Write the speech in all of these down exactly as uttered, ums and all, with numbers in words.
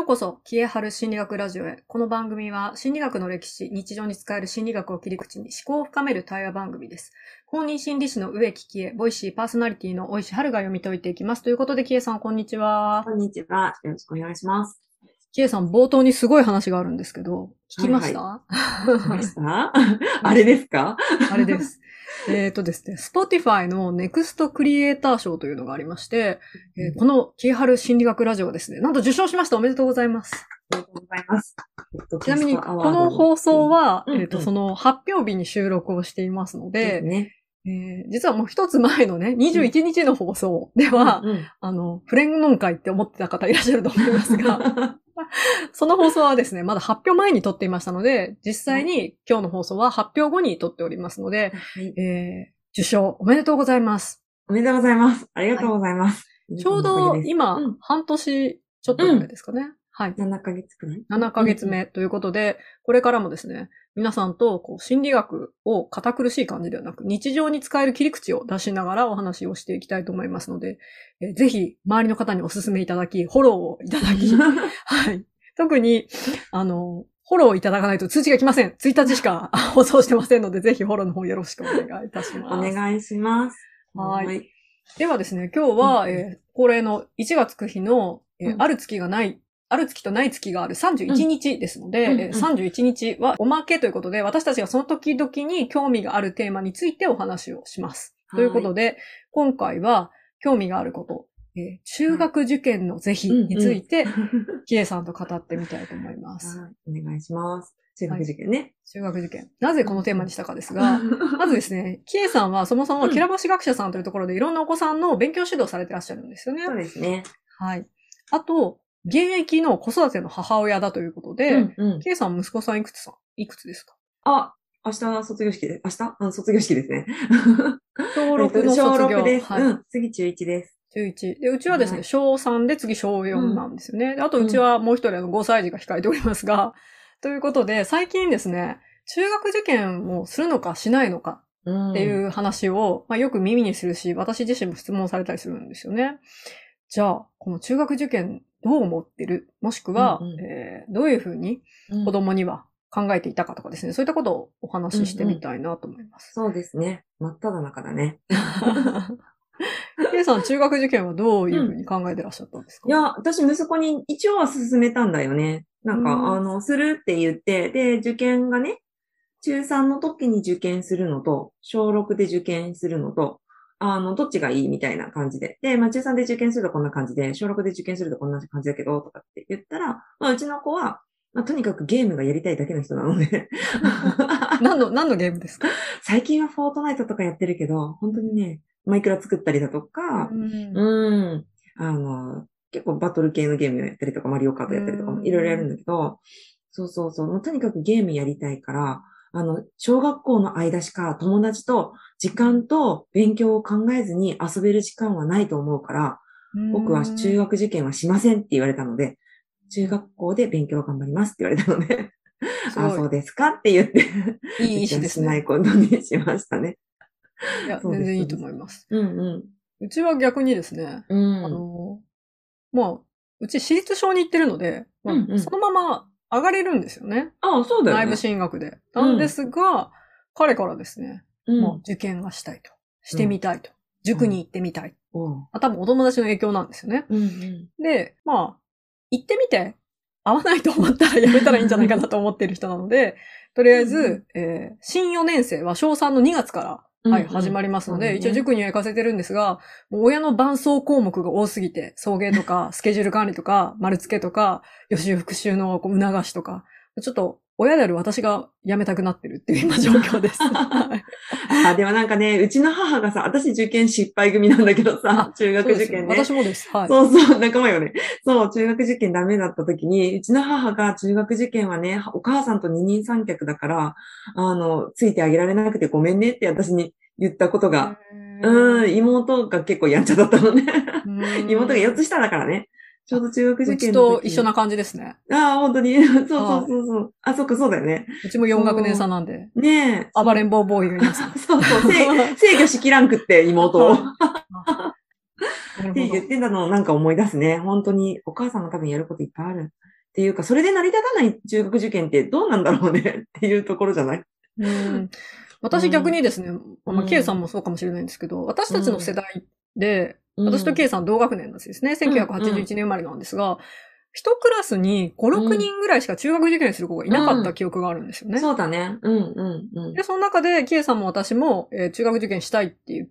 ようこそ、キエハル心理学ラジオへ。この番組は心理学の歴史、日常に使える心理学を切り口に思考を深める対話番組です。公認心理師の植木キエ、ボイシーパーソナリティの大石春が読み解いていきます。ということで、キエさん、こんにちは。 こんにちは。よろしくお願いします。 キエさん、冒頭にすごい話があるんですけど、聞きました？ はいはい、聞きましたあれですか？ あれです。えっとですね、Spotify のネクストクリエイター賞というのがありまして、えー、このキエハル心理学ラジオはですね、なんと受賞しました。おめでとうございます。 ありがとうございます。 ちなみに、この放送は、うんうん、えっと、その発表日に収録をしていますので、ですね、えー、実はもう一つ前のね、にじゅういちにちの放送では、うんうん、あの、フレンノン会って思ってた方いらっしゃると思いますが、その放送はですね、まだ発表前に撮っていましたので、実際に今日の放送は発表後に撮っておりますので、はい、えー、受賞おめでとうございます。 おめでとうございます。ありがとうございます。 はい、ちょうど今、うん、半年ちょっとぐらいですかね。うんはい。 ななかげつくらい ? ななかげつめということで、これからもですね、皆さんとこう心理学を堅苦しい感じではなく、日常に使える切り口を出しながらお話をしていきたいと思いますので、えー、ぜひ周りの方にお勧めいただき、フォローをいただき、はい。特に、あの、フォローいただかないと通知が来ません。ついたちしか放送してませんので、ぜひフォローの方よろしくお願いいたします。 お願いします。 はい。はい。ではですね、今日は、うんえー、恒例のいちがつく日の、えーうん、ある月がない、ある月とない月があるさんじゅういちにちですので、うんうんうん、さんじゅういちにちはおまけということで、私たちがその時々に興味があるテーマについてお話をします。ということで、今回は興味があること、えー、中学受験の是非について、キエさんと語ってみたいと思います。 はい、お願いします。中学受験ね、はい。 中学受験。なぜこのテーマにしたかですが、まずですね、キエさんはそもそもキラボシ学者さんというところでいろんなお子さんの勉強指導されていらっしゃるんですよね。 そうですね。 はい。あと、現役の子育ての母親だということで、うんうん、K さん息子さんいくつさんいくつですか？ あ、明日卒業式で、明日あ卒業式ですね。 小ろくの卒業。 小ろくです。はい、うん。次中いちです。 中いち。で、うちはですね、はい、小さんで次小よんなんですよね。うん、あとうちはもう一人あのごさい児が控えておりますが、うん、ということで、最近ですね、中学受験をするのかしないのかっていう話を、まあ、よく耳にするし、私自身も質問されたりするんですよね。じゃあ、この中学受験どう思ってる？もしくは、うんうんえー、どういうふうに子供には考えていたかとかですね、うん、そういったことをお話ししてみたいなと思います。 うんうん、そうですね。真っ只中だね。 K さん、中学受験はどういうふうに考えてらっしゃったんですか？ うん、いや、私、息子に一応は進めたんだよね。なんか、うん、あの、するって言って、で、受験がね、中さんの時に受験するのと、小ろくで受験するのと、あの、どっちがいいみたいな感じで。で、まあ、中さんで受験するとこんな感じで、小ろくで受験するとこんな感じだけど、とかって言ったら、まあ、うちの子は、まあ、とにかくゲームがやりたいだけの人なので。 何の、何のゲームですか？ 最近はフォートナイトとかやってるけど、本当にね、マイクラ作ったりだとか、うん、うんあの、結構バトル系のゲームをやったりとか、マリオカートやったりとかもいろいろやるんだけど、そうそうそう、もうとにかくゲームやりたいから、あの、小学校の間しか友達と時間と勉強を考えずに遊べる時間はないと思うから、僕は中学受験はしませんって言われたので、中学校で勉強を頑張りますって言われたので、あ、そうですかって言って、 いい意志ですね。 しないことにしましたね。 いや、全然いいと思います。 うんうん。 うちは逆にですね、うん、あの、まあ、うち私立小に行ってるので、まあうんうん、そのまま上がれるんですよね。 ああ、そうだよね。 内部進学で。なんですが、うん、彼からですね、うん、もう受験がしたいと。してみたいと。うん、塾に行ってみたい。うん、あ多分お友達の影響なんですよね。うんうん、で、まあ、行ってみて、合わないと思ったらやめたらいいんじゃないかなと思っている人なので、とりあえず、うんえー、新よねん生は小さんのにがつから、はい、うんうん、始まりますので、うんうん、一応塾には行かせてるんですが、もう親の伴走項目が多すぎて、送迎とか、スケジュール管理とか、丸付けとか、予習復習のこう促しとか、ちょっと、親である私が辞めたくなってるっていう今状況です。 あ、でもなんかね、うちの母がさ、私受験失敗組なんだけどさ、中学受験ね。 私もです。はい。 そうそう、仲間よね。そう、中学受験ダメだった時に、うちの母が中学受験はね、お母さんと二人三脚だから、あの、ついてあげられなくてごめんねって私に言ったことが、うん、妹が結構やんちゃだったのね。妹がよっつ下だからね。ちょうど中学受験の時。 うちと一緒な感じですね。 ああ、本当に。そうそうそうそう。あ、そっか、そうだよね。 うちもよん学年差なんで。 ねえ。 暴れん坊ボーイがいます、ね。 そうそう。制御しきらんくって、妹を。って言ってたのをなんか思い出すね。本当に、お母さんが多分やることいっぱいある。 っていうか、それで成り立たない中学受験ってどうなんだろうねっていうところじゃない？ うん、私逆にですね、うん、まあ、K さんもそうかもしれないんですけど、私たちの世代で、うん、私と K さん同学年なんですね。せんきゅうひゃくはちじゅういちねん生まれなんですが、一クラスにご、ろくにんぐらいしか中学受験する子がいなかった記憶があるんですよね。 うん、そうだね。うんうんうん。 で、その中で K さんも私も、えー、中学受験したいって言って、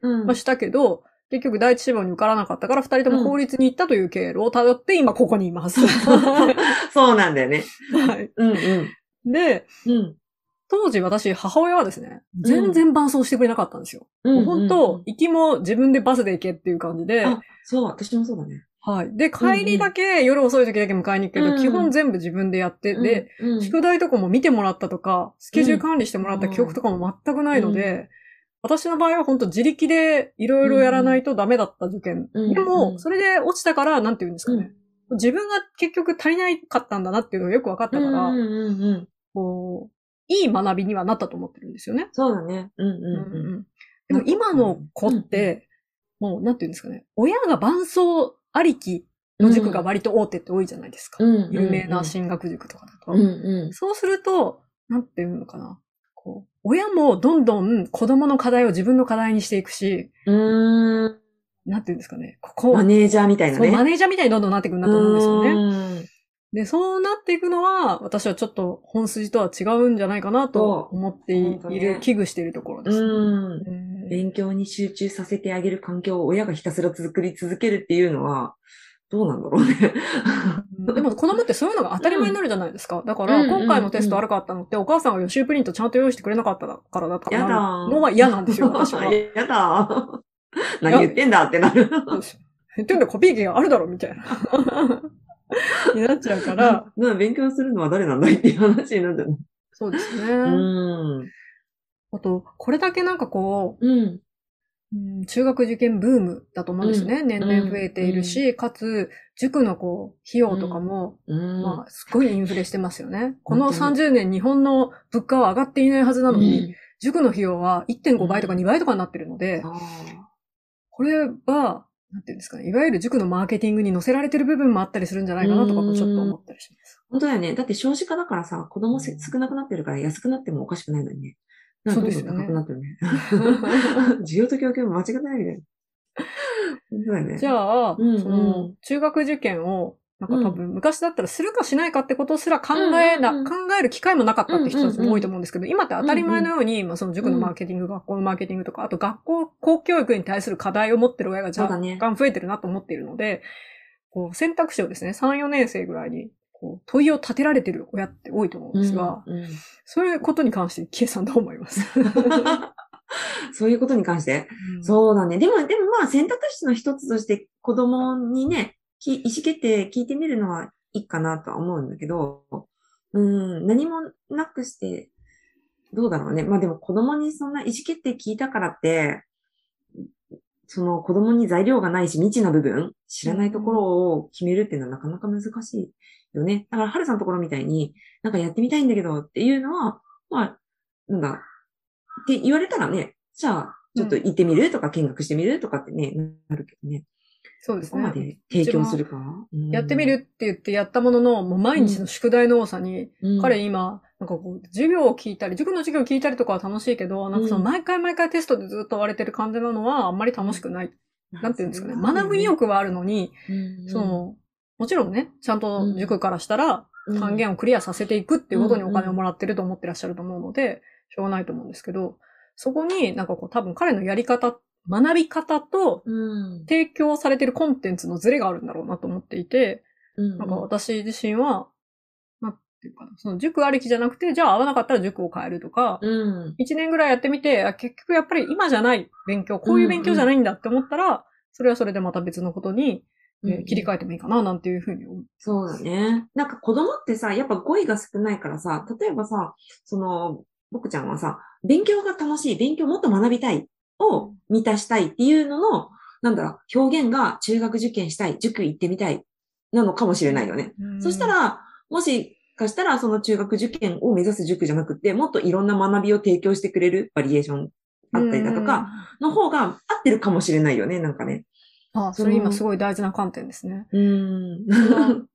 うん、まあしたけど、結局第一志望に受からなかったから、二人とも公立に行ったという経路を辿って、今ここにいます。 そうなんだよね。 はい。 うんうん。 で、うん、当時私、母親はですね、全然伴走してくれなかったんですよ。うん、もう本当、行きも自分でバスで行けっていう感じで。 あ、そう、私もそうだね。 はい。で、帰りだけ、うんうん、夜遅い時だけ迎えに行くけど、うん、基本全部自分でやって、うん、で、うん、宿題とかも見てもらったとか、スケジュール管理してもらった記憶とかも全くないので、うん、私の場合は本当自力でいろいろやらないとダメだった受験。うん、でも、それで落ちたから、なんて言うんですかね。うん、自分が結局足りないかったんだなっていうのがよく分かったから、うんうんうんうん、こう、いい学びにはなったと思ってるんですよね。 そうだね。うんうんうん。 うんうん、でも今の子って、うんうん、もうなんて言うんですかね。親が伴走ありきの塾が割と大手って多いじゃないですか。うん、有名な進学塾とかだと。うんうん、そうすると、なんて言うのかな。こう親もどんどん子供の課題を自分の課題にしていくし、うーん、なんて言うんですかね。ここ。 マネージャーみたいなね。 そう、マネージャーみたいにどんどんなっていくんだと思うんですよね。で、そうなっていくのは、私はちょっと本筋とは違うんじゃないかなと思っている、ね、危惧しているところです、ね。 うん。勉強に集中させてあげる環境を親がひたすら作り続けるっていうのは、どうなんだろうね。 でも子供ってそういうのが当たり前になるじゃないですか。だから、今回のテスト悪かったのって、お母さんが予習プリントちゃんと用意してくれなかったからだったかなるのは嫌なんですよ、私は。 やだ。何言ってんだってなる。 言ってんだコピー機があるだろ、みたいな。になっちゃうから。 な勉強するのは誰なんだいっていう話になっちゃう。 そうですね。うん。あと、これだけなんかこう、うんうん、中学受験ブームだと思うんですね。うん、年々増えているし、うん、かつ、塾のこう、費用とかも、うん、まあ、すごいインフレしてますよね。このさんじゅうねん日本の物価は上がっていないはずなのに、うん、塾の費用は いってんご 倍とかにばいとかになってるので、うん、これは、なんていうんですかね、いわゆる塾のマーケティングに載せられてる部分もあったりするんじゃないかなとかもちょっと思ったりします。 本当だよね。だって少子化だからさ、子供少なくなってるから安くなってもおかしくないのにね。そうですよね。どんどん高くなってるね。需要と供給も間違ってないみたいな。本当だよね。 じゃあ、うんうん、その、中学受験を、なんか多分、昔だったらするかしないかってことすら考えな、うんうんうん、考える機会もなかったって人たちも多いと思うんですけど、今って当たり前のように、まあその塾のマーケティング、学校のマーケティングとか、あと学校、公教育に対する課題を持ってる親が若干増えてるなと思っているので、こう選択肢をですね、さん、よねん生ぐらいに、こう問いを立てられてる親って多いと思うんですが、うんうん、そういうことに関して、キエさんどう思いますそういうことに関して、うん、そうだね。でも、でもまあ選択肢の一つとして子供にね、意思決定聞いてみるのはいいかなとは思うんだけど、うん、何もなくして、どうだろうね。まあでも子供にそんな意思決定聞いたからって、その子供に材料がないし未知な部分、知らないところを決めるっていうのはなかなか難しいよね。だから春さんのところみたいに、なんかやってみたいんだけどっていうのは、まあ、なんだ、って言われたらね、じゃあ、ちょっと行ってみるとか見学してみるとかってね、なるけどね。 そうですね。 どこまで提供するか、 うん、やってみるって言ってやったものの、もう毎日の宿題の多さに、うん、彼今、なんかこう、授業を聞いたり、塾の授業を聞いたりとかは楽しいけど、なんかその毎回毎回テストでずっと追われてる感じなのはあんまり楽しくない。うん、なんていうんですかね。ね学ぶ意欲はあるのに、うん、その、もちろんね、ちゃんと塾からしたら、単元をクリアさせていくっていうことにお金をもらってると思ってらっしゃると思うので、しょうがないと思うんですけど、そこになんかこう多分彼のやり方、学び方と提供されてるコンテンツのズレがあるんだろうなと思っていて、うんうん、なんか私自身は、なんていうかな、その塾ありきじゃなくて、じゃあ合わなかったら塾を変えるとか、うん、いちねんぐらいやってみて、結局やっぱり今じゃない勉強、こういう勉強じゃないんだって思ったら、うんうん、それはそれでまた別のことに、えー、切り替えてもいいかななんていうふうに思う。 そうだね。なんか子供ってさ、やっぱ語彙が少ないからさ、例えばさ、その、僕ちゃんはさ、勉強が楽しい、勉強もっと学びたいを満たしたいっていうのの、なんだろう、表現が中学受験したい、塾行ってみたい、なのかもしれないよね。うん、そしたら、もしかしたらその中学受験を目指す塾じゃなくて、もっといろんな学びを提供してくれるバリエーションあったりだとか、の方が合ってるかもしれないよね、なんかね。 ああ、それ今すごい大事な観点ですね。 うん。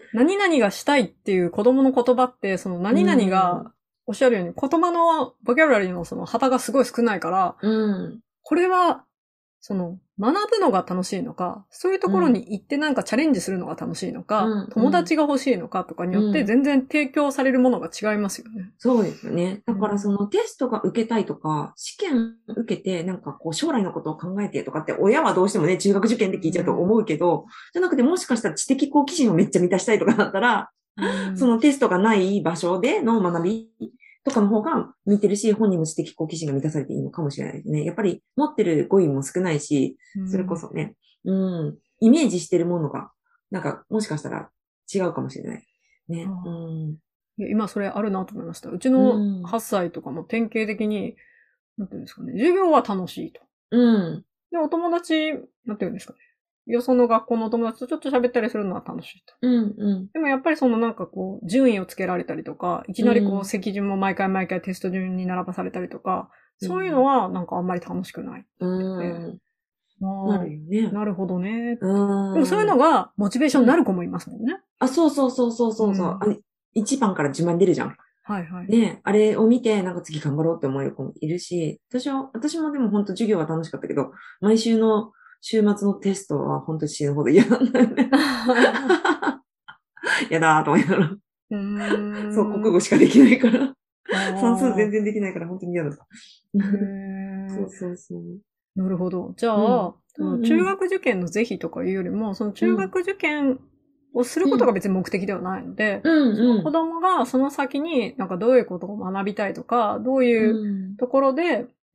何々がしたいっていう子供の言葉って、その何々が、おっしゃるように言葉のボキャブラリーのその幅がすごい少ないから、 うん、 これは、その、学ぶのが楽しいのか、そういうところに行ってなんかチャレンジするのが楽しいのか、うん、友達が欲しいのかとかによって全然提供されるものが違いますよね。うん、 そうですよね。だからそのテストが受けたいとか、試験受けてなんかこう将来のことを考えてとかって親はどうしてもね、中学受験で聞いちゃうと思うけど、うん、じゃなくてもしかしたら知的好奇心をめっちゃ満たしたいとかだったら、うん、そのテストがない場所での学びとかの方が見てるし、本人も知的好奇心が満たされていいのかもしれないですね。やっぱり持ってる語彙も少ないし、それこそね、うん、イメージしてるものが、なんかもしかしたら違うかもしれない。ね。うん、 いや今それあるなと思いました。うちのはっさいとかも典型的に、なんていうんですかね、授業は楽しいと。 うん。 で、お友達、なんていうんですかね。よその学校のお友達とちょっと喋ったりするのは楽しいと。 うんうん、 でもやっぱりそのなんかこう、順位をつけられたりとか、いきなりこう、席順も毎回毎回テスト順に並ばされたりとか、そういうのはなんかあんまり楽しくない。 うん。 なるよね。なるほどね。 うん。 でもそういうのがモチベーションになる子もいますもんね。うん、 あ、そうそうそうそうそうそう、うん。一番から自慢出るじゃん。 はいはい。 ね、あれを見て、なんか次頑張ろうって思える子もいるし、私は、私もでも本当授業は楽しかったけど、毎週の週末のテストは本当に死ぬほど嫌なんだよね。嫌だーと思いながら。うーんそう、国語しかできないから。算数全然できないから本当に嫌だった。そうそうそう。 なるほど。じゃあ、うん、中学受験の是非とかいうよりも、その中学受験をすることが別に目的ではないので、うんうん、その子供がその先になんかどういうことを学びたいとか、どういうところで、うん、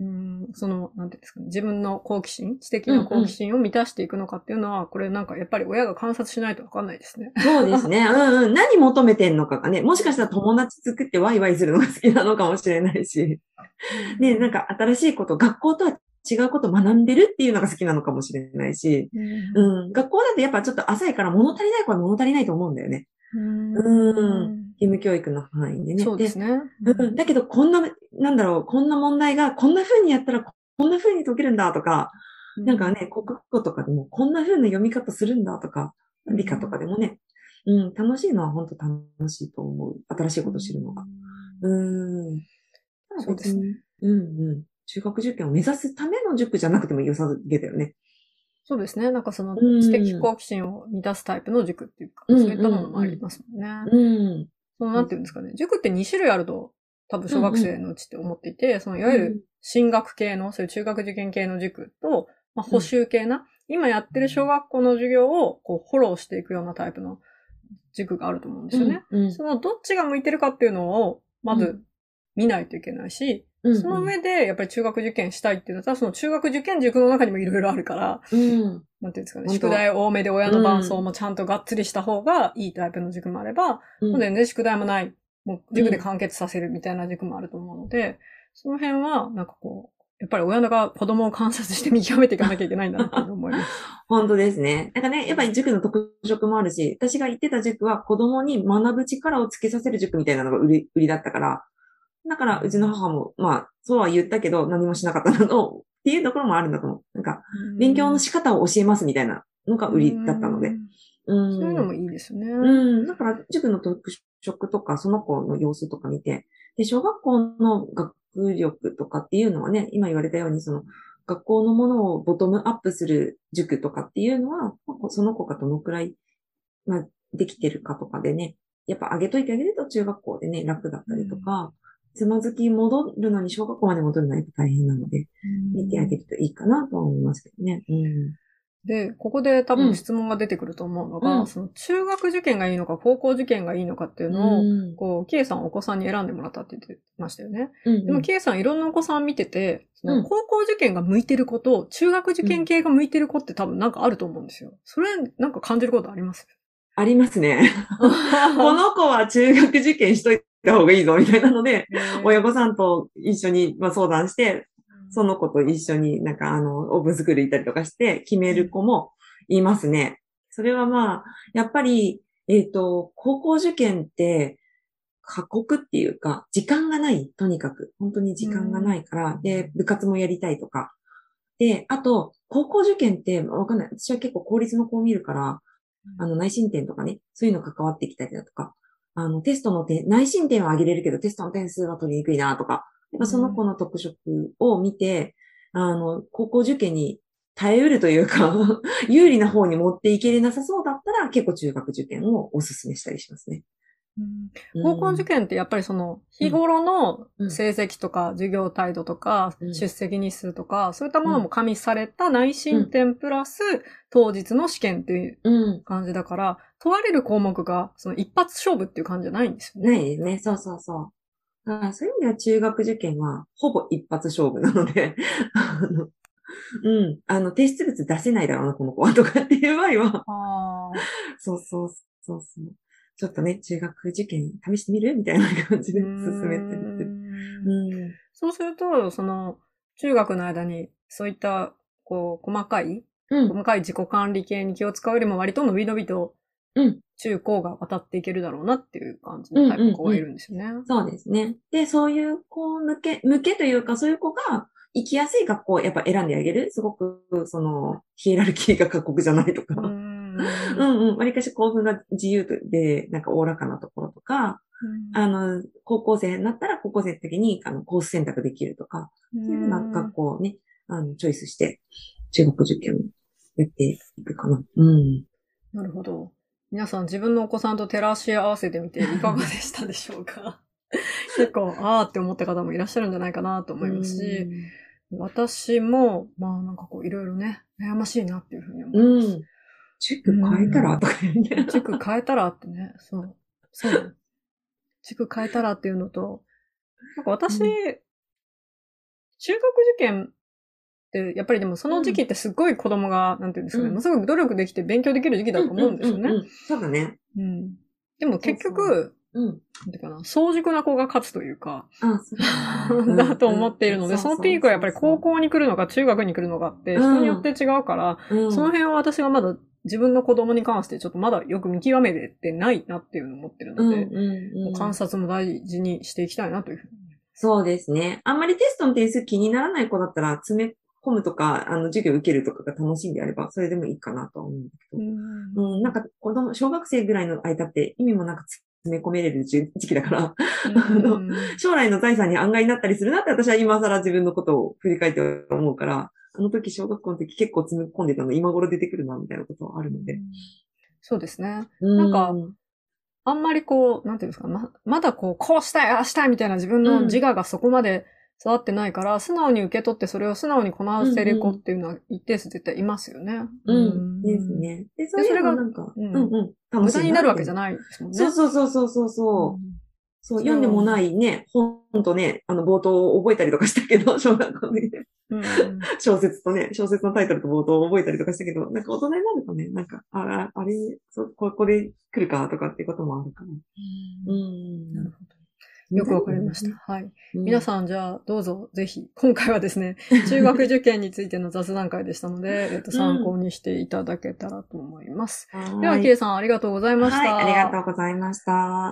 その、なんていうんですかね、自分の好奇心、知的な好奇心を満たしていくのかっていうのは、うんうん、これなんかやっぱり親が観察しないとわかんないですね。 そうですね。うんうん。何求めてんのかがね、もしかしたら友達作ってワイワイするのが好きなのかもしれないし。ね、なんか新しいこと、学校とは違うことを学んでるっていうのが好きなのかもしれないし、うん、うん、学校だとやっぱちょっと浅いから物足りない子は物足りないと思うんだよね。うん、うん、義務教育の範囲でね。 そうですね。 で、うん、だけどこんな、なんだろう、こんな問題がこんな風にやったらこんな風に解けるんだとか、うん、なんかね、国語とかでもこんな風な読み方するんだとか、理科とかでもね、うん、楽しいのは本当楽しいと思う。新しいことを知るのが。うん。 そうですね。 うんうん。中学受験を目指すための塾じゃなくても良さげだよね。 そうですね。なんかその知的好奇心を満たすタイプの塾っていうか、うん、そういったものもありますもんね。うん。そのなんていうんですかね。塾ってに種類あると多分小学生のうちって思っていて、うんうん、そのいわゆる進学系の、そういう中学受験系の塾と、まあ、補習系な、うん、今やってる小学校の授業をこうフォローしていくようなタイプの塾があると思うんですよね。うんうん、そのどっちが向いてるかっていうのを、まず見ないといけないし、うんうん、その上で、やっぱり中学受験したいっていうのは、その中学受験塾の中にもいろいろあるから、うん、なんていうんですかね、宿題多めで親の伴奏もちゃんとがっつりした方がいいタイプの塾もあれば、うん、全然宿題もない、もう塾で完結させるみたいな塾もあると思うので、その辺は、なんかこう、やっぱり親が子供を観察して見極めていかなきゃいけないんだなと思います。 本当ですね。なんかね、やっぱり塾の特色もあるし、私が行ってた塾は子供に学ぶ力をつけさせる塾みたいなのが売り、売りだったから、だから、うちの母も、まあ、そうは言ったけど、何もしなかったのっていうところもあるんだと思う。なんか、勉強の仕方を教えますみたいなのが売りだったので。 うん、そういうのもいいですよね。 うん。だから、塾の特色とか、その子の様子とか見て、で、小学校の学力とかっていうのはね、今言われたように、その、学校のものをボトムアップする塾とかっていうのは、その子がどのくらい、まあ、できてるかとかでね、やっぱ上げといてあげると中学校でね、楽だったりとか、うんつまずき戻るのに小学校まで戻るのはやっぱ大変なので、見てあげるといいかなとは思いますけどね。うん、 で、ここで多分質問が出てくると思うのが、うん、その中学受験がいいのか高校受験がいいのかっていうのを、うん、こう、キエさんお子さんに選んでもらったって言ってましたよね。うんうん、でもキエさんいろんなお子さん見てて、その高校受験が向いてる子と中学受験系が向いてる子って多分なんかあると思うんですよ。それなんか感じることあります？ ありますね。この子は中学受験しといた方がいいぞみたいなので、親御さんと一緒にまあ相談して、その子と一緒になんかあの、オーブンスクール行ったりとかして決める子もいますね。それはまあ、やっぱり、えっと、高校受験って過酷っていうか、時間がない、とにかく。本当に時間がないから、で、部活もやりたいとか。で、あと、高校受験ってわかんない。私は結構公立の子を見るから、 あの内申点とかね、そういうの関わってきたりだとか、あのテストの点、内申点は上げれるけどテストの点数は取りにくいなとか、やっぱその子の特色を見て、あの、高校受験に耐えうるというか、有利な方に持っていけれなさそうだったら、結構中学受験をお勧めしたりしますね。 うん、高校受験ってやっぱりその日頃の成績とか授業態度とか出席日数とかそういったものも加味された内申点プラス当日の試験っていう感じだから問われる項目がその一発勝負っていう感じじゃないんですよね。 ないですね。そうそうそう。あそういう意味では中学受験はほぼ一発勝負なのであのうん。あの、提出物出せないだろうな、この子は、とかっていう場合は。あそうそうそうそう。ちょっとね、中学受験試してみるみたいな感じで進めてる。 うん。そうすると、その、中学の間に、そういった、こう、細かい、うん、細かい自己管理系に気を使うよりも割と伸び伸びと、うん。中高が渡っていけるだろうなっていう感じのタイプの子がいるんですよね。 うんうんうん、そうですね。で、そういう子向け、向けというか、そういう子が、行きやすい学校をやっぱ選んであげる。すごく、その、ヒエラルキーが過酷じゃないとか。うんうんうん。わりかし興奮が自由で、なんかおおらかなところとか、あの、高校生になったら高校生の時に、あの、コース選択できるとか、そういうふうな学校をね、あの、チョイスして、中学受験をやっていくかな。うん。 なるほど。皆さん自分のお子さんと照らし合わせてみていかがでしたでしょうか結構、あーって思った方もいらっしゃるんじゃないかなと思いますし、私も、まあなんかこういろいろね、悩ましいなっていうふうに思います。うん。 塾変えたらとかね。塾変えたらってね、そう。そう。塾変えたらっていうのと、なんか私、うん、中学受験って、やっぱりでもその時期ってすっごい子供が、うん、なんていうんですかね、ものすごく努力できて勉強できる時期だと思うんですよね。 そうだね。 うん。でも結局、そうそううん。なんていうかな、早熟な子が勝つというか、あそうだと思っているので、そのピークはやっぱり高校に来るのか中学に来るのかって人によって違うから、うん、その辺は私がまだ自分の子供に関してちょっとまだよく見極めてないなっていうのを思ってるので、うんうんうん、観察も大事にしていきたいなというふうに。 そうですね。あんまりテストの点数気にならない子だったら詰め込むとか、あの、授業受けるとかが楽しいんであれば、それでもいいかなとは思うんだけど。うん、うん、なんか子供、小学生ぐらいの間って意味もなく詰め込めれる時期だから、あの、将来の財産に案外になったりするなって私は今更自分のことを振り返って思うから、あの時小学校の時結構詰め込んでたの今頃出てくるなみたいなことはあるので。 そうですね。なんか、あんまりこう、なんていうんですか、ま、まだこう、こうしたい、ああしたいみたいな自分の自我がそこまで育ってないから、うん、素直に受け取ってそれを素直にこなせる子っていうのは一定数絶対いますよね。 うん。うん、ですね。で、それがなんか、うん、うん、うん。 無駄になるわけじゃないですもんね。 そうそうそうそうそうそう。うんそう、読んでもないね、本とね、あの、冒頭を覚えたりとかしたけど、小学校で、ねうん、小説とね、小説のタイトルと冒頭を覚えたりとかしたけど、なんか大人になるとね、なんか、あ、あれ、そここで来るかとかってこともあるかな。うん。 うんなるほど。よくわかりました。はい。うん、皆さん、じゃあ、どうぞ、ぜひ、今回はですね、中学受験についての雑談会でしたので、えっと、参考にしていただけたらと思います。うん、では、キエさん、ありがとうございました。 はい、ありがとうございました。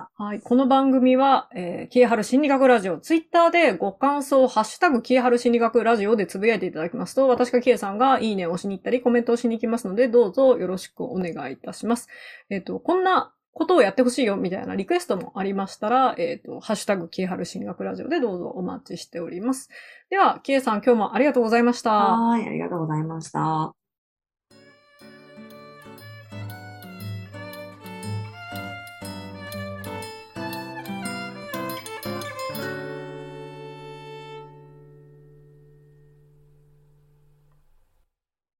はい。この番組は、えー、キエハル心理学ラジオ、ツイッターでご感想、ハッシュタグ、キエハル心理学ラジオでつぶやいていただきますと、私かキエさんがいいねを押しに行ったり、コメントをしに行きますので、どうぞよろしくお願いいたします。えっと、こんな、ことをやってほしいよみたいなリクエストもありましたら、えっと、ハッシュタグ、キエハル心理学ラジオでどうぞお待ちしております。では、キエさん今日もありがとうございました。 はい、ありがとうございました。